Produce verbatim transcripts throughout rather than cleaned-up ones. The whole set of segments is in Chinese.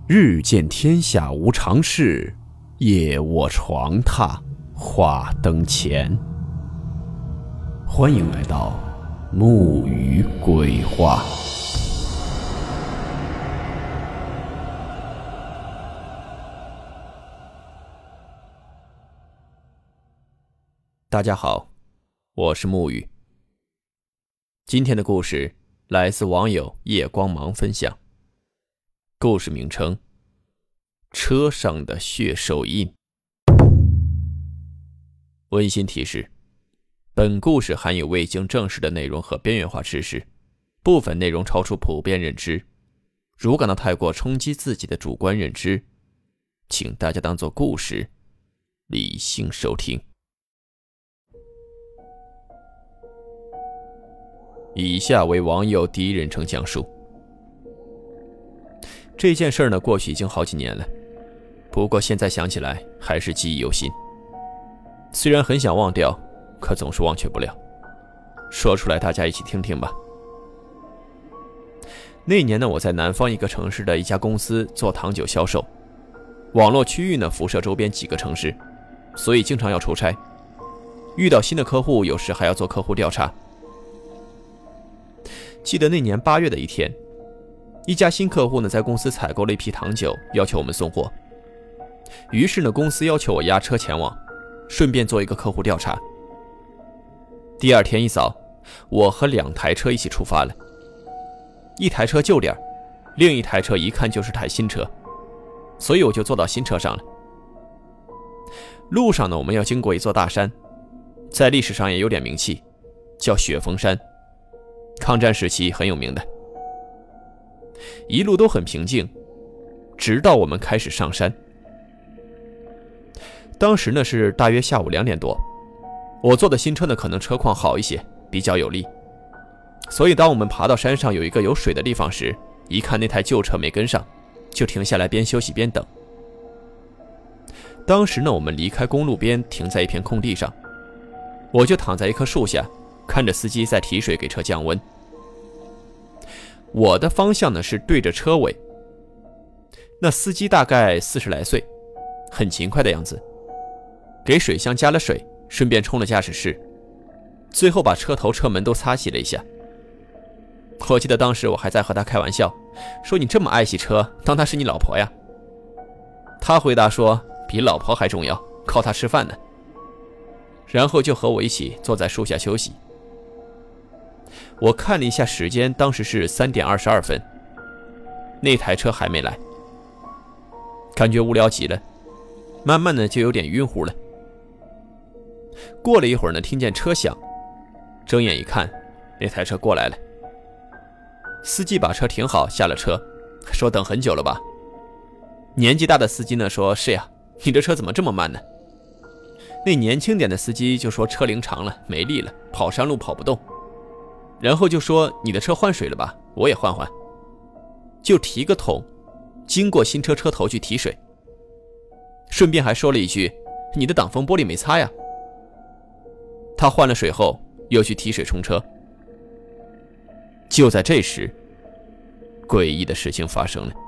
日见天下无常事，夜卧床榻话灯前。欢迎来到木鱼鬼话。大家好，我是木鱼。今天的故事来自网友夜光芒分享，故事名称：车上的血手印。温馨提示：本故事含有未经证实的内容和边缘化知识，部分内容超出普遍认知，如感到太过冲击自己的主观认知，请大家当作故事理性收听。以下为网友第一人称讲述。这件事呢，过去已经好几年了，不过现在想起来还是记忆犹新。虽然很想忘掉，可总是忘却不了。说出来大家一起听听吧。那年呢，我在南方一个城市的一家公司做糖酒销售，网络区域呢辐射周边几个城市，所以经常要出差。遇到新的客户，有时还要做客户调查。记得那年八月的一天，一家新客户呢在公司采购了一批糖酒，要求我们送货。于是呢，公司要求我押车前往，顺便做一个客户调查。第二天一早，我和两台车一起出发了。一台车旧点，另一台车一看就是台新车，所以我就坐到新车上了。路上呢，我们要经过一座大山，在历史上也有点名气，叫雪峰山，抗战时期很有名的。一路都很平静，直到我们开始上山。当时呢是大约下午两点多，我坐的新车呢可能车况好一些，比较有力，所以当我们爬到山上有一个有水的地方时，一看那台旧车没跟上，就停下来边休息边等。当时呢我们离开公路边，停在一片空地上，我就躺在一棵树下，看着司机在提水给车降温。我的方向呢是对着车尾，那司机大概四十来岁，很勤快的样子，给水箱加了水，顺便冲了驾驶室，最后把车头车门都擦洗了一下。我记得当时我还在和他开玩笑，说你这么爱惜车，当她是你老婆呀。他回答说比老婆还重要，靠她吃饭呢。然后就和我一起坐在树下休息。我看了一下时间，当时是三点二十二分，那台车还没来，感觉无聊极了，慢慢的就有点晕乎了。过了一会儿呢，听见车响，睁眼一看，那台车过来了。司机把车停好，下了车，说等很久了吧。年纪大的司机呢说是呀，你这车怎么这么慢呢？那年轻点的司机就说车龄长了，没力了，跑山路跑不动。然后就说你的车换水了吧，我也换换。就提个桶经过新车车头去提水，顺便还说了一句你的挡风玻璃没擦呀。他换了水后又去提水冲车。就在这时，诡异的事情发生了。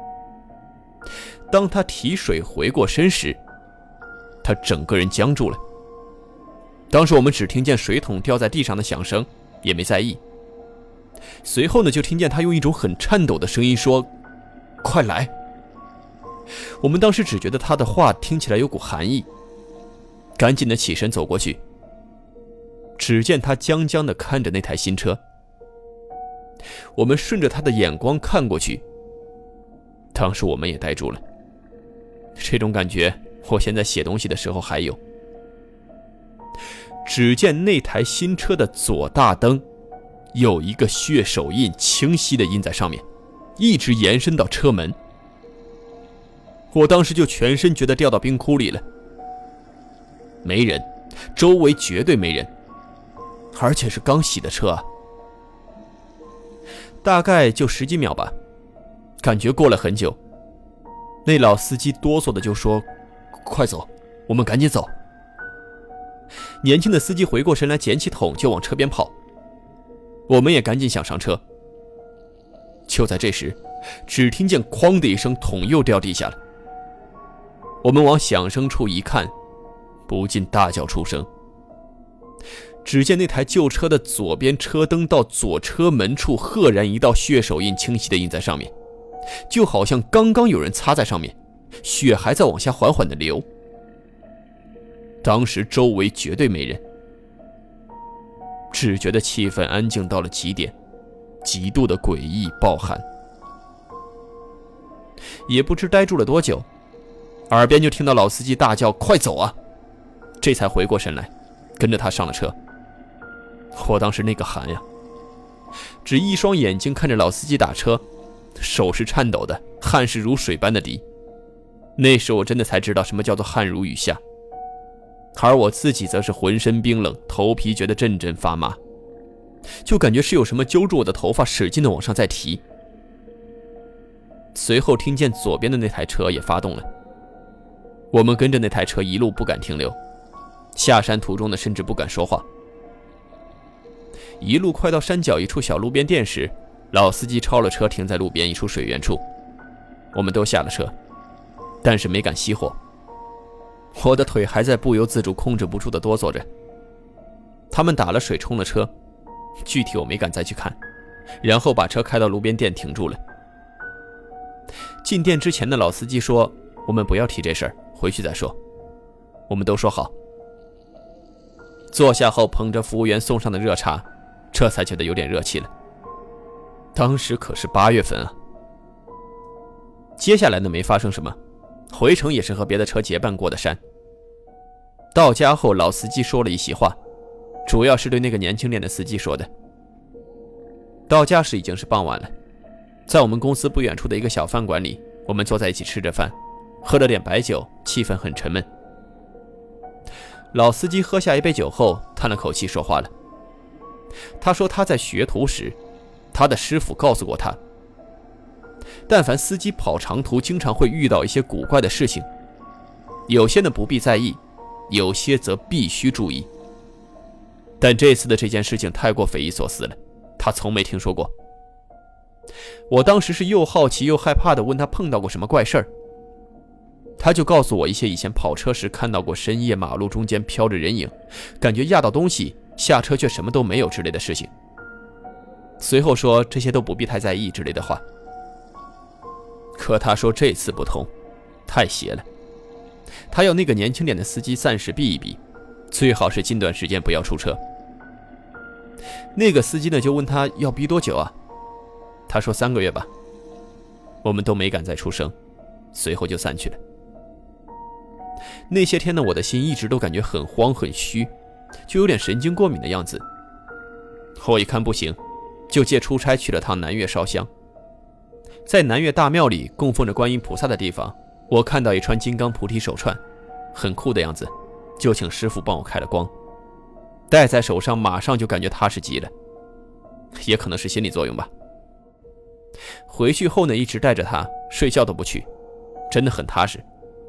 当他提水回过身时，他整个人僵住了。当时我们只听见水桶掉在地上的响声，也没在意。随后呢，就听见他用一种很颤抖的声音说快来。我们当时只觉得他的话听起来有股寒意，赶紧的起身走过去。只见他僵僵地看着那台新车，我们顺着他的眼光看过去，当时我们也呆住了。这种感觉我现在写东西的时候还有。只见那台新车的左大灯有一个血手印，清晰的印在上面，一直延伸到车门。我当时就全身觉得掉到冰窟里了。没人，周围绝对没人，而且是刚洗的车啊。大概就十几秒吧，感觉过了很久。那老司机哆嗦的就说快走，我们赶紧走。年轻的司机回过神来，捡起桶就往车边跑，我们也赶紧想上车。就在这时， 只听见哐的一声，桶又掉地下了。我们往响声处一看，不禁大叫出声。只见那台旧车的左边车灯到左车门处，赫然一道血手印清晰地印在上面，就好像刚刚有人擦在上面，血还在往下缓缓地流。当时周围绝对没人，只觉得气氛安静到了极点，极度的诡异暴寒。也不知呆住了多久，耳边就听到老司机大叫：“快走啊！”这才回过神来，跟着他上了车。我当时那个寒呀，只一双眼睛看着老司机打车，手是颤抖的，汗是如水般的滴。那时我真的才知道什么叫做汗如雨下。而我自己则是浑身冰冷，头皮觉得阵阵发麻，就感觉是有什么揪住我的头发，使劲的往上再提。随后听见左边的那台车也发动了，我们跟着那台车一路不敢停留，下山途中呢甚至不敢说话。一路快到山脚一处小路边店时，老司机超了车，停在路边一处水源处。我们都下了车，但是没敢熄火。我的腿还在不由自主控制不住的哆嗦着。他们打了水冲了车，具体我没敢再去看，然后把车开到路边店停住了。进店之前的老司机说，我们不要提这事儿，回去再说。我们都说好。坐下后捧着服务员送上的热茶，这才觉得有点热气了。当时可是八月份啊。接下来呢没发生什么，回程也是和别的车结伴过的山。到家后老司机说了一席话，主要是对那个年轻点的司机说的。到家时已经是傍晚了，在我们公司不远处的一个小饭馆里，我们坐在一起吃着饭，喝了点白酒，气氛很沉闷。老司机喝下一杯酒后叹了口气说话了。他说他在学徒时，他的师傅告诉过他，但凡司机跑长途经常会遇到一些古怪的事情，有些呢不必在意，有些则必须注意。但这次的这件事情太过匪夷所思了，他从没听说过。我当时是又好奇又害怕地问他碰到过什么怪事儿，他就告诉我一些以前跑车时看到过深夜马路中间飘着人影，感觉压到东西，下车却什么都没有之类的事情。随后说这些都不必太在意之类的话。可他说这次不同，太邪了。他要那个年轻点的司机暂时避一避，最好是近段时间不要出车。那个司机呢就问他要逼多久啊？他说三个月吧。我们都没敢再出声，随后就散去了。那些天呢，我的心一直都感觉很慌很虚，就有点神经过敏的样子。我一看不行，就借出差去了趟南岳烧香。在南岳大庙里供奉着观音菩萨的地方，我看到一串金刚菩提手串，很酷的样子，就请师傅帮我开了光，戴在手上马上就感觉踏实极了，也可能是心理作用吧。回去后呢，一直带着它，睡觉都不去，真的很踏实。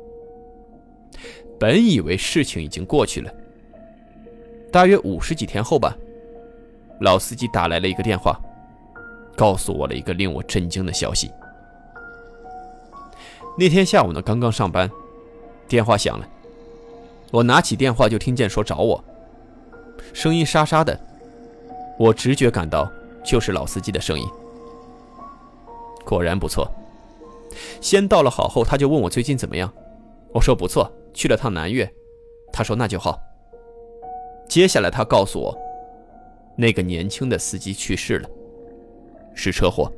本以为事情已经过去了，大约五十几天后吧，老司机打来了一个电话，告诉我了一个令我震惊的消息。那天下午呢，刚刚上班，电话响了，我拿起电话就听见说找我，声音沙沙的，我直觉感到就是老司机的声音。果然不错，先道了好后，他就问我最近怎么样，我说不错，去了趟南岳，他说那就好。接下来他告诉我，那个年轻的司机去世了，是车祸。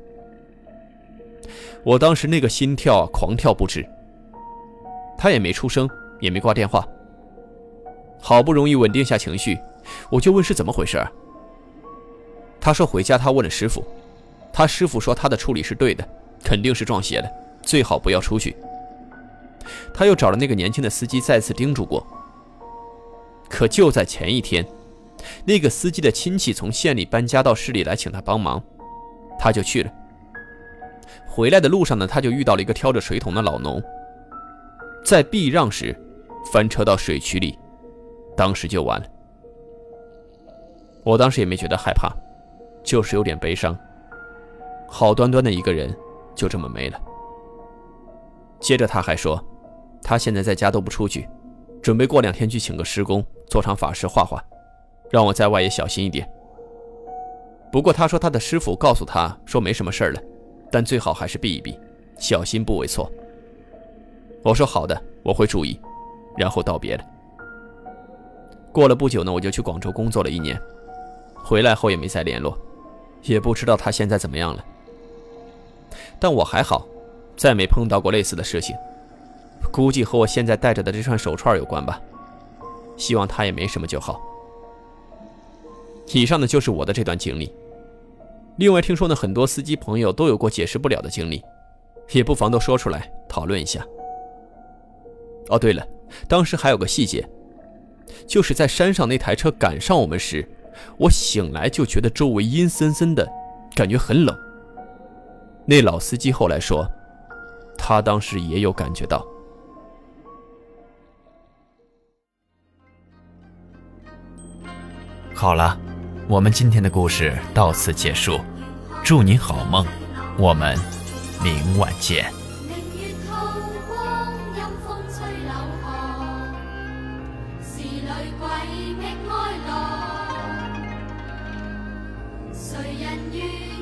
我当时那个心跳啊，狂跳不止。他也没出声，也没挂电话。好不容易稳定下情绪，我就问是怎么回事啊？他说回家他问了师傅，他师傅说他的处理是对的，肯定是撞邪了，最好不要出去。他又找了那个年轻的司机再次叮嘱过。可就在前一天，那个司机的亲戚从县里搬家到市里来请他帮忙，他就去了。回来的路上呢，他就遇到了一个挑着水桶的老农，在避让时翻车到水渠里，当时就完了。我当时也没觉得害怕，就是有点悲伤。好端端的一个人就这么没了。接着他还说，他现在在家都不出去，准备过两天去请个师公做场法事画画，让我在外也小心一点。不过他说他的师傅告诉他说没什么事了，但最好还是避一避，小心不为错。我说好的，我会注意，然后道别了。过了不久呢，我就去广州工作了一年，回来后也没再联络，也不知道他现在怎么样了。但我还好，再没碰到过类似的事情，估计和我现在戴着的这串手串有关吧，希望他也没什么就好。以上呢就是我的这段经历。另外听说呢，很多司机朋友都有过解释不了的经历，也不妨都说出来讨论一下。哦对了，当时还有个细节，就是在山上那台车赶上我们时，我醒来就觉得周围阴森森的，感觉很冷。那老司机后来说，他当时也有感觉到。 好了，我们今天的故事到此结束，祝您好梦，我们明晚见。谁人愿